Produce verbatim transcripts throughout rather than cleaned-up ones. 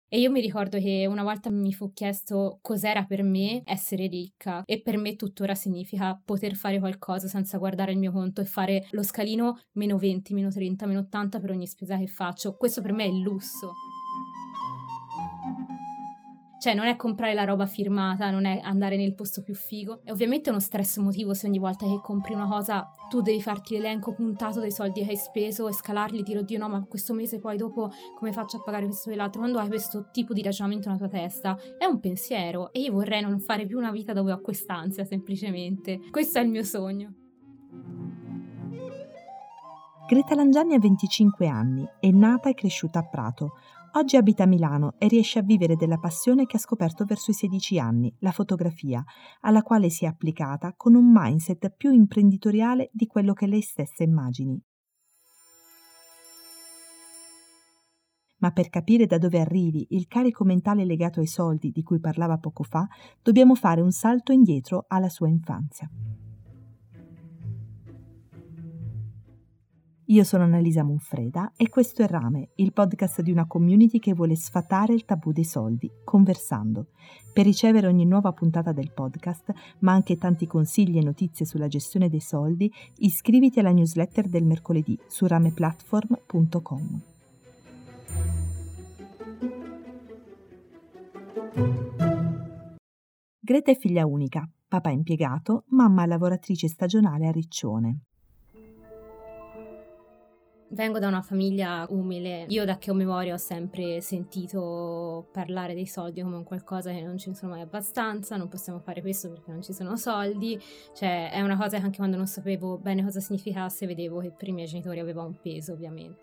E io mi ricordo che una volta mi fu chiesto cos'era per me essere ricca e per me tuttora significa poter fare qualcosa senza guardare il mio conto e fare lo scalino meno venti, meno trenta, meno ottanta per ogni spesa che faccio. Questo per me è il lusso. Cioè non è comprare la roba firmata, non è andare nel posto più figo. È ovviamente uno stress emotivo se ogni volta che compri una cosa tu devi farti l'elenco puntato dei soldi che hai speso e scalarli, dire oddio no, ma questo mese poi dopo come faccio a pagare questo e l'altro? Quando hai questo tipo di ragionamento nella tua testa è un pensiero e io vorrei non fare più una vita dove ho quest'ansia semplicemente. Questo è il mio sogno. Greta Langiani ha venticinque anni, è nata e cresciuta a Prato. Oggi abita a Milano e riesce a vivere della passione che ha scoperto verso i sedici anni, la fotografia, alla quale si è applicata con un mindset più imprenditoriale di quello che lei stessa immagini. Ma per capire da dove arrivi il carico mentale legato ai soldi di cui parlava poco fa, dobbiamo fare un salto indietro alla sua infanzia. Io sono Annalisa Monfreda e questo è Rame, il podcast di una community che vuole sfatare il tabù dei soldi, conversando. Per ricevere ogni nuova puntata del podcast, ma anche tanti consigli e notizie sulla gestione dei soldi, iscriviti alla newsletter del mercoledì su rameplatform punto com. Greta è figlia unica, papà impiegato, mamma lavoratrice stagionale a Riccione. Vengo da una famiglia umile. Io da che ho memoria ho sempre sentito parlare dei soldi come un qualcosa che non ci sono mai abbastanza, non possiamo fare questo perché non ci sono soldi. Cioè è una cosa che anche quando non sapevo bene cosa significasse vedevo che per i miei genitori aveva un peso, ovviamente.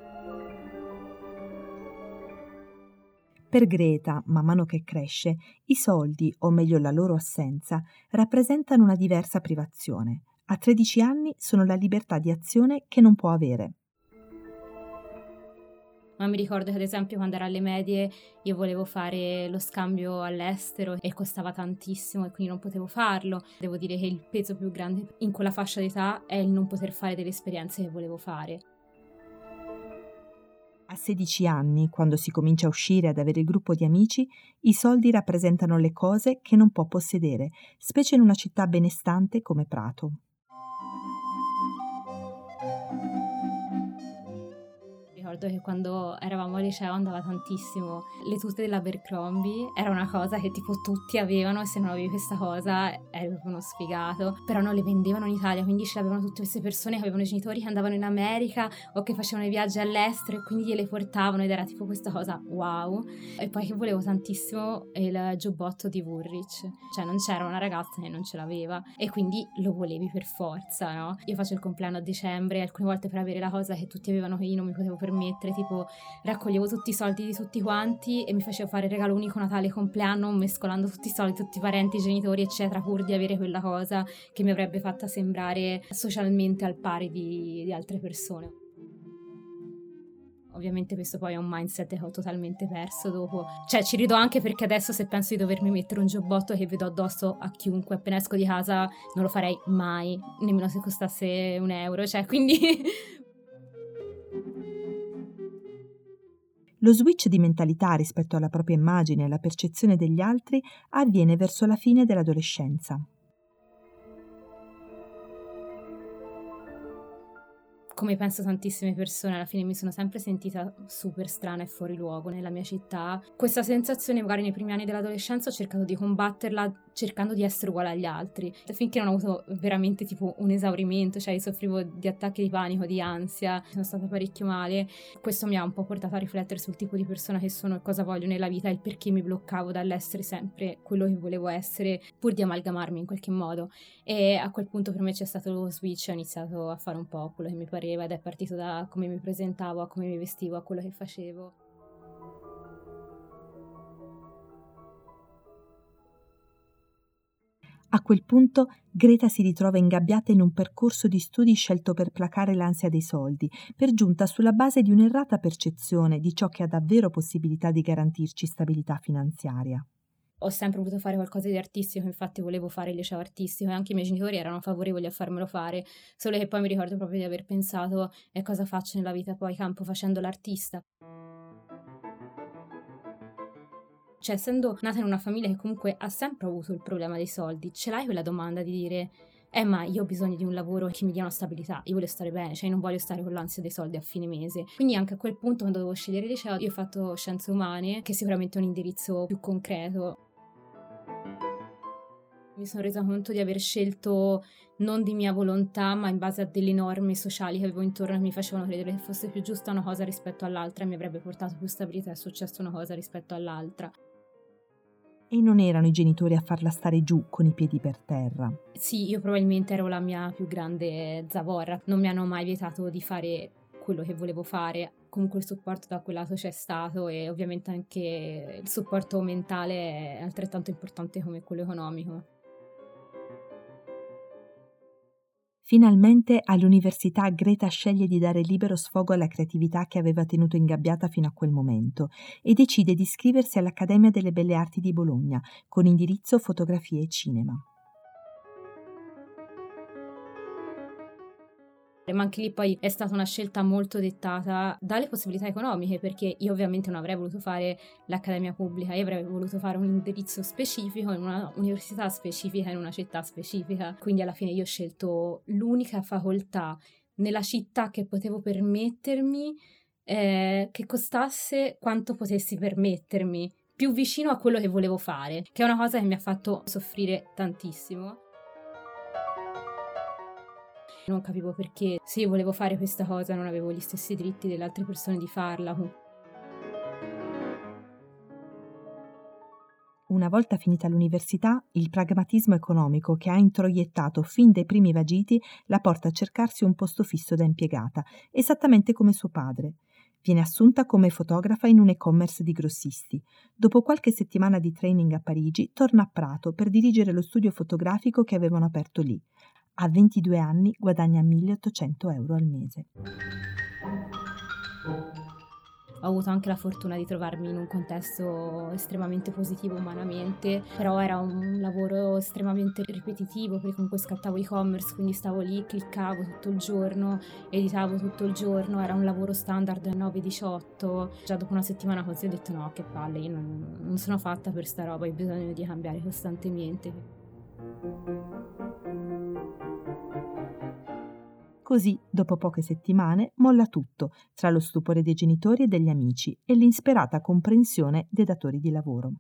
Per Greta, man mano che cresce, i soldi, o meglio la loro assenza, rappresentano una diversa privazione. A tredici anni sono la libertà di azione che non può avere. Ma mi ricordo che ad esempio quando ero alle medie io volevo fare lo scambio all'estero e costava tantissimo e quindi non potevo farlo. Devo dire che il peso più grande in quella fascia d'età è il non poter fare delle esperienze che volevo fare. A sedici anni, quando si comincia a uscire ad avere il gruppo di amici, i soldi rappresentano le cose che non può possedere, specie in una città benestante come Prato. Ricordo che quando eravamo al liceo andava tantissimo le tute dell'Abercrombie, era una cosa che tipo tutti avevano e se non avevi questa cosa eri proprio uno sfigato, però non le vendevano in Italia, quindi ce l'avevano tutte queste persone che avevano i genitori che andavano in America o che facevano i viaggi all'estero e quindi gliele portavano ed era tipo questa cosa wow. E poi che volevo tantissimo il giubbotto di Woolrich, cioè non c'era una ragazza che non ce l'aveva e quindi lo volevi per forza, no? Io faccio il compleanno a dicembre, alcune volte per avere la cosa che tutti avevano che io non mi potevo permettere mettere, tipo raccoglievo tutti i soldi di tutti quanti e mi facevo fare il regalo unico Natale compleanno mescolando tutti i soldi, tutti i parenti, i genitori eccetera pur di avere quella cosa che mi avrebbe fatta sembrare socialmente al pari di, di altre persone. Ovviamente questo poi è un mindset che ho totalmente perso dopo, cioè ci rido anche perché adesso se penso di dovermi mettere un giubbotto che vedo addosso a chiunque appena esco di casa non lo farei mai, nemmeno se costasse un euro, cioè quindi Lo switch di mentalità rispetto alla propria immagine e alla percezione degli altri avviene verso la fine dell'adolescenza. Come penso tantissime persone, alla fine mi sono sempre sentita super strana e fuori luogo nella mia città. Questa sensazione magari nei primi anni dell'adolescenza ho cercato di combatterla cercando di essere uguale agli altri, finché non ho avuto veramente tipo un esaurimento, cioè io soffrivo di attacchi di panico, di ansia, sono stata parecchio male. Questo mi ha un po' portato a riflettere sul tipo di persona che sono e cosa voglio nella vita e il perché mi bloccavo dall'essere sempre quello che volevo essere pur di amalgamarmi in qualche modo. E a quel punto per me c'è stato lo switch, ho iniziato a fare un po' quello che mi pareva ed è partito da come mi presentavo, a come mi vestivo, a quello che facevo. A quel punto Greta si ritrova ingabbiata in un percorso di studi scelto per placare l'ansia dei soldi, per giunta sulla base di un'errata percezione di ciò che ha davvero possibilità di garantirci stabilità finanziaria. Ho sempre voluto fare qualcosa di artistico, infatti volevo fare il liceo artistico e anche i miei genitori erano favorevoli a farmelo fare, solo che poi mi ricordo proprio di aver pensato e cosa faccio nella vita poi campo facendo l'artista. Cioè, essendo nata in una famiglia che comunque ha sempre avuto il problema dei soldi, ce l'hai quella domanda di dire eh ma io ho bisogno di un lavoro che mi dia una stabilità, io voglio stare bene, cioè non voglio stare con l'ansia dei soldi a fine mese. Quindi anche a quel punto, quando dovevo scegliere il liceo, io ho fatto scienze umane, che sicuramente è un indirizzo più concreto. Mi sono resa conto di aver scelto non di mia volontà, ma in base a delle norme sociali che avevo intorno che mi facevano credere che fosse più giusta una cosa rispetto all'altra e mi avrebbe portato più stabilità. È successo una cosa rispetto all'altra. E non erano i genitori a farla stare giù con i piedi per terra. Sì, io probabilmente ero la mia più grande zavorra. Non mi hanno mai vietato di fare quello che volevo fare. Comunque il supporto da quel lato c'è stato e ovviamente anche il supporto mentale è altrettanto importante come quello economico. Finalmente all'università Greta sceglie di dare libero sfogo alla creatività che aveva tenuto ingabbiata fino a quel momento e decide di iscriversi all'Accademia delle Belle Arti di Bologna con indirizzo fotografia e cinema. Ma anche lì poi è stata una scelta molto dettata dalle possibilità economiche, perché io ovviamente non avrei voluto fare l'accademia pubblica, io avrei voluto fare un indirizzo specifico in una università specifica, in una città specifica. Quindi alla fine io ho scelto l'unica facoltà nella città che potevo permettermi, eh, che costasse quanto potessi permettermi, più vicino a quello che volevo fare, che è una cosa che mi ha fatto soffrire tantissimo. Non capivo perché, se io volevo fare questa cosa non avevo gli stessi diritti delle altre persone di farla. Una volta finita l'università, il pragmatismo economico che ha introiettato fin dai primi vagiti la porta a cercarsi un posto fisso da impiegata, esattamente come suo padre. Viene assunta come fotografa in un e-commerce di grossisti. Dopo qualche settimana di training a Parigi, torna a Prato per dirigere lo studio fotografico che avevano aperto lì. A ventidue anni guadagna milleottocento euro al mese. Ho avuto anche la fortuna di trovarmi in un contesto estremamente positivo umanamente, però era un lavoro estremamente ripetitivo perché comunque scattavo e-commerce, quindi stavo lì, cliccavo tutto il giorno, editavo tutto il giorno, era un lavoro standard nove diciotto. Già dopo una settimana così ho detto no, che palle, io non, non sono fatta per sta roba, ho bisogno di cambiare costantemente. Così, dopo poche settimane, molla tutto, tra lo stupore dei genitori e degli amici e l'insperata comprensione dei datori di lavoro.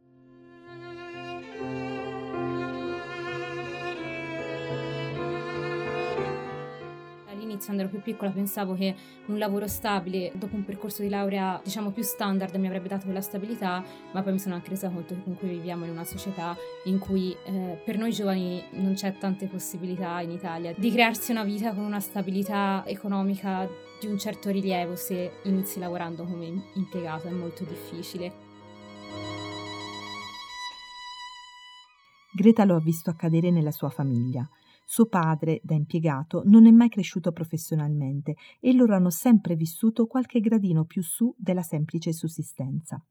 All'inizio, quando ero più piccola, pensavo che un lavoro stabile, dopo un percorso di laurea, diciamo, più standard, mi avrebbe dato quella stabilità, ma poi mi sono anche resa conto che comunque viviamo in una società in cui eh, per noi giovani non c'è tante possibilità in Italia di crearsi una vita con una stabilità economica di un certo rilievo. Se inizi lavorando come impiegato è molto difficile. Greta lo ha visto accadere nella sua famiglia. Suo padre, da impiegato, non è mai cresciuto professionalmente e loro hanno sempre vissuto qualche gradino più su della semplice sussistenza.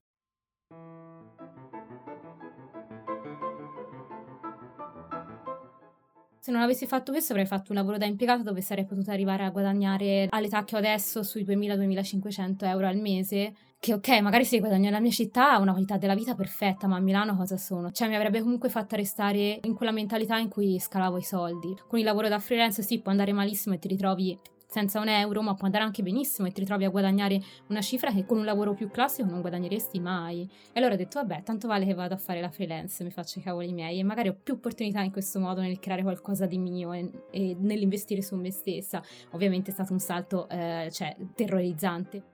Se non avessi fatto questo avrei fatto un lavoro da impiegato dove sarei potuta arrivare a guadagnare all'età che ho adesso sui duemila-duemilacinquecento euro al mese, che ok, magari se guadagno nella mia città ha una qualità della vita perfetta, ma a Milano cosa sono? Cioè mi avrebbe comunque fatta restare in quella mentalità in cui scalavo i soldi. Con il lavoro da freelance sì, può andare malissimo e ti ritrovi senza un euro, ma può andare anche benissimo e ti ritrovi a guadagnare una cifra che con un lavoro più classico non guadagneresti mai. E allora ho detto vabbè, tanto vale che vado a fare la freelance, mi faccio i cavoli miei e magari ho più opportunità in questo modo nel creare qualcosa di mio e, e nell'investire su me stessa. Ovviamente è stato un salto eh, cioè terrorizzante.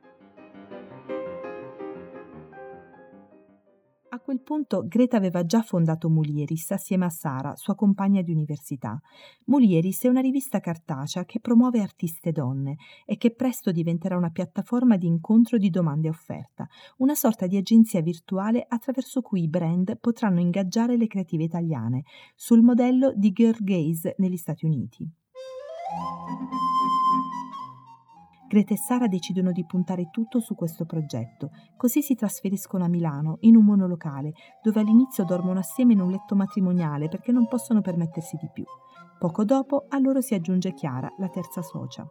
A quel punto Greta aveva già fondato Mulieris assieme a Sara, sua compagna di università. Mulieris è una rivista cartacea che promuove artiste donne e che presto diventerà una piattaforma di incontro di domanda e offerta, una sorta di agenzia virtuale attraverso cui i brand potranno ingaggiare le creative italiane, sul modello di Girl Gaze negli Stati Uniti. Greta e Sara decidono di puntare tutto su questo progetto, così si trasferiscono a Milano, in un monolocale, dove all'inizio dormono assieme in un letto matrimoniale perché non possono permettersi di più. Poco dopo a loro si aggiunge Chiara, la terza socia.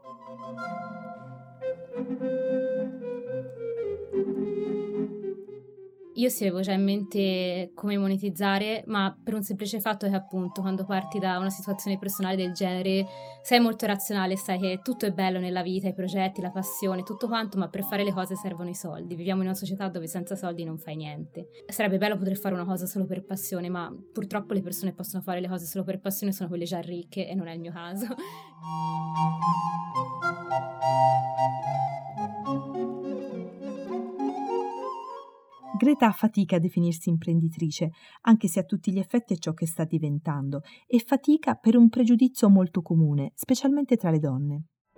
Io sì avevo già in mente come monetizzare, ma per un semplice fatto che appunto quando parti da una situazione personale del genere sei molto razionale, sai che tutto è bello nella vita, i progetti, la passione, tutto quanto, ma per fare le cose servono i soldi. Viviamo in una società dove senza soldi non fai niente. Sarebbe bello poter fare una cosa solo per passione, ma purtroppo le persone che possono fare le cose solo per passione sono quelle già ricche e non è il mio caso. Greta fatica a definirsi imprenditrice, anche se a tutti gli effetti è ciò che sta diventando, e fatica per un pregiudizio molto comune, specialmente tra le donne.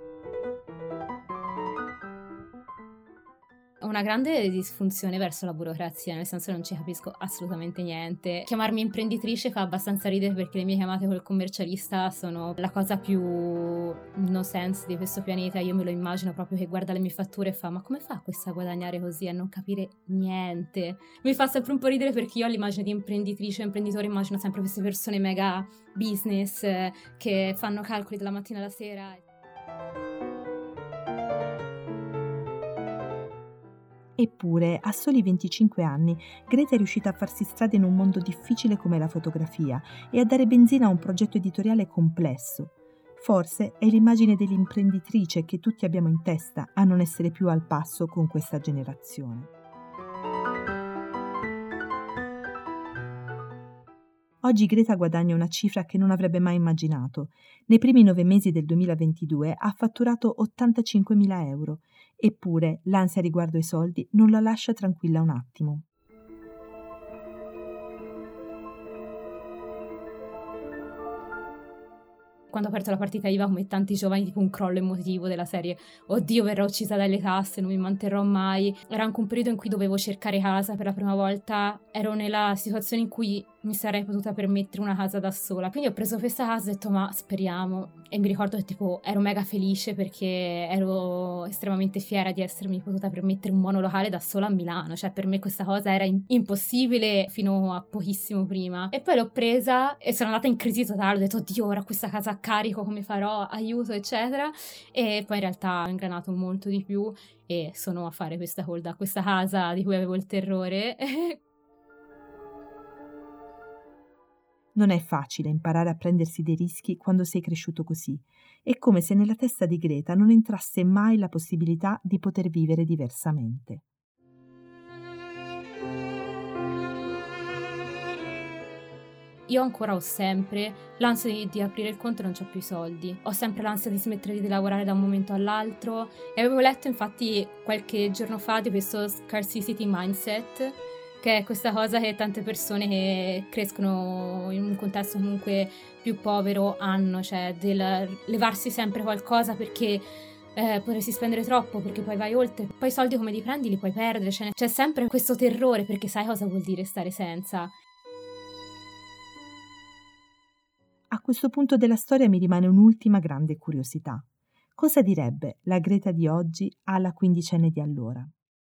Ho una grande disfunzione verso la burocrazia, nel senso che non ci capisco assolutamente niente. Chiamarmi imprenditrice fa abbastanza ridere perché le mie chiamate col commercialista sono la cosa più no sense di questo pianeta. Io me lo immagino proprio che guarda le mie fatture e fa: ma come fa questa a guadagnare così e non capire niente? Mi fa sempre un po' ridere perché io all'immagine di imprenditrice o imprenditore immagino sempre queste persone mega business eh, che fanno calcoli dalla mattina alla sera. Eppure, a soli venticinque anni, Greta è riuscita a farsi strada in un mondo difficile come la fotografia e a dare benzina a un progetto editoriale complesso. Forse è l'immagine dell'imprenditrice che tutti abbiamo in testa a non essere più al passo con questa generazione. Oggi Greta guadagna una cifra che non avrebbe mai immaginato. Nei primi nove mesi del duemilaventidue ha fatturato ottantacinquemila euro, eppure l'ansia riguardo ai soldi non la lascia tranquilla un attimo. Quando ho aperto la partita I V A, come tanti giovani, tipo un crollo emotivo della serie oddio verrò uccisa dalle tasse, non mi manterrò mai. Era anche un periodo in cui dovevo cercare casa per la prima volta, ero nella situazione in cui mi sarei potuta permettere una casa da sola, quindi ho preso questa casa e ho detto ma speriamo, e mi ricordo che tipo ero mega felice perché ero estremamente fiera di essermi potuta permettere un monolocale da sola a Milano, cioè per me questa cosa era in- impossibile fino a pochissimo prima, e poi l'ho presa e sono andata in crisi totale, ho detto oddio ora questa casa a carico come farò, aiuto eccetera, e poi in realtà ho ingranato molto di più e sono a fare questa call da questa casa di cui avevo il terrore. Non è facile imparare a prendersi dei rischi quando sei cresciuto così. È come se nella testa di Greta non entrasse mai la possibilità di poter vivere diversamente. Io ancora ho sempre l'ansia di, di aprire il conto e non c'ho più i soldi. Ho sempre l'ansia di smettere di lavorare da un momento all'altro. E avevo letto infatti qualche giorno fa di questo scarcity mindset, che è questa cosa che tante persone che crescono in un contesto comunque più povero hanno, cioè del levarsi sempre qualcosa perché eh, potresti spendere troppo, perché poi vai oltre. Poi i soldi come li prendi li puoi perdere, cioè, c'è sempre questo terrore perché sai cosa vuol dire stare senza. A questo punto della storia mi rimane un'ultima grande curiosità. Cosa direbbe la Greta di oggi alla quindicenne di allora?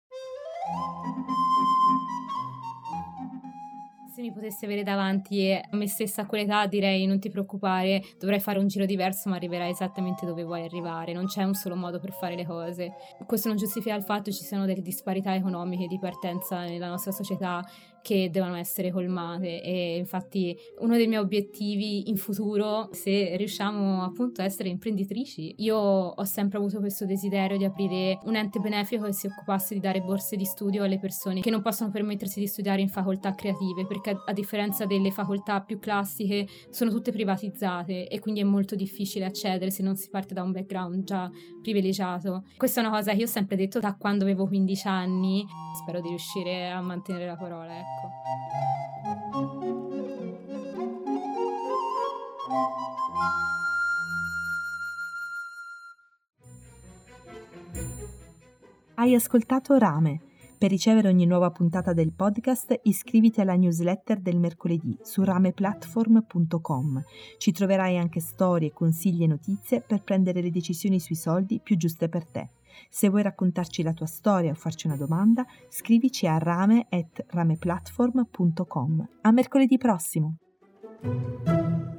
Se mi potessi avere davanti a me stessa a quell'età direi non ti preoccupare, dovrai fare un giro diverso ma arriverai esattamente dove vuoi arrivare, non c'è un solo modo per fare le cose. Questo non giustifica il fatto che ci siano delle disparità economiche di partenza nella nostra società che devono essere colmate, e infatti uno dei miei obiettivi in futuro, se riusciamo appunto a essere imprenditrici, io ho sempre avuto questo desiderio di aprire un ente benefico che si occupasse di dare borse di studio alle persone che non possono permettersi di studiare in facoltà creative, perché a differenza delle facoltà più classiche sono tutte privatizzate e quindi è molto difficile accedere se non si parte da un background già privilegiato. Questa è una cosa che io ho sempre detto da quando avevo quindici anni, spero di riuscire a mantenere la parola, ecco. Hai ascoltato Rame. Per ricevere ogni nuova puntata del podcast iscriviti alla newsletter del mercoledì su rameplatform punto com. Ci troverai anche storie, consigli e notizie per prendere le decisioni sui soldi più giuste per te. Se vuoi raccontarci la tua storia o farci una domanda, scrivici a rame at rameplatform punto com. A mercoledì prossimo!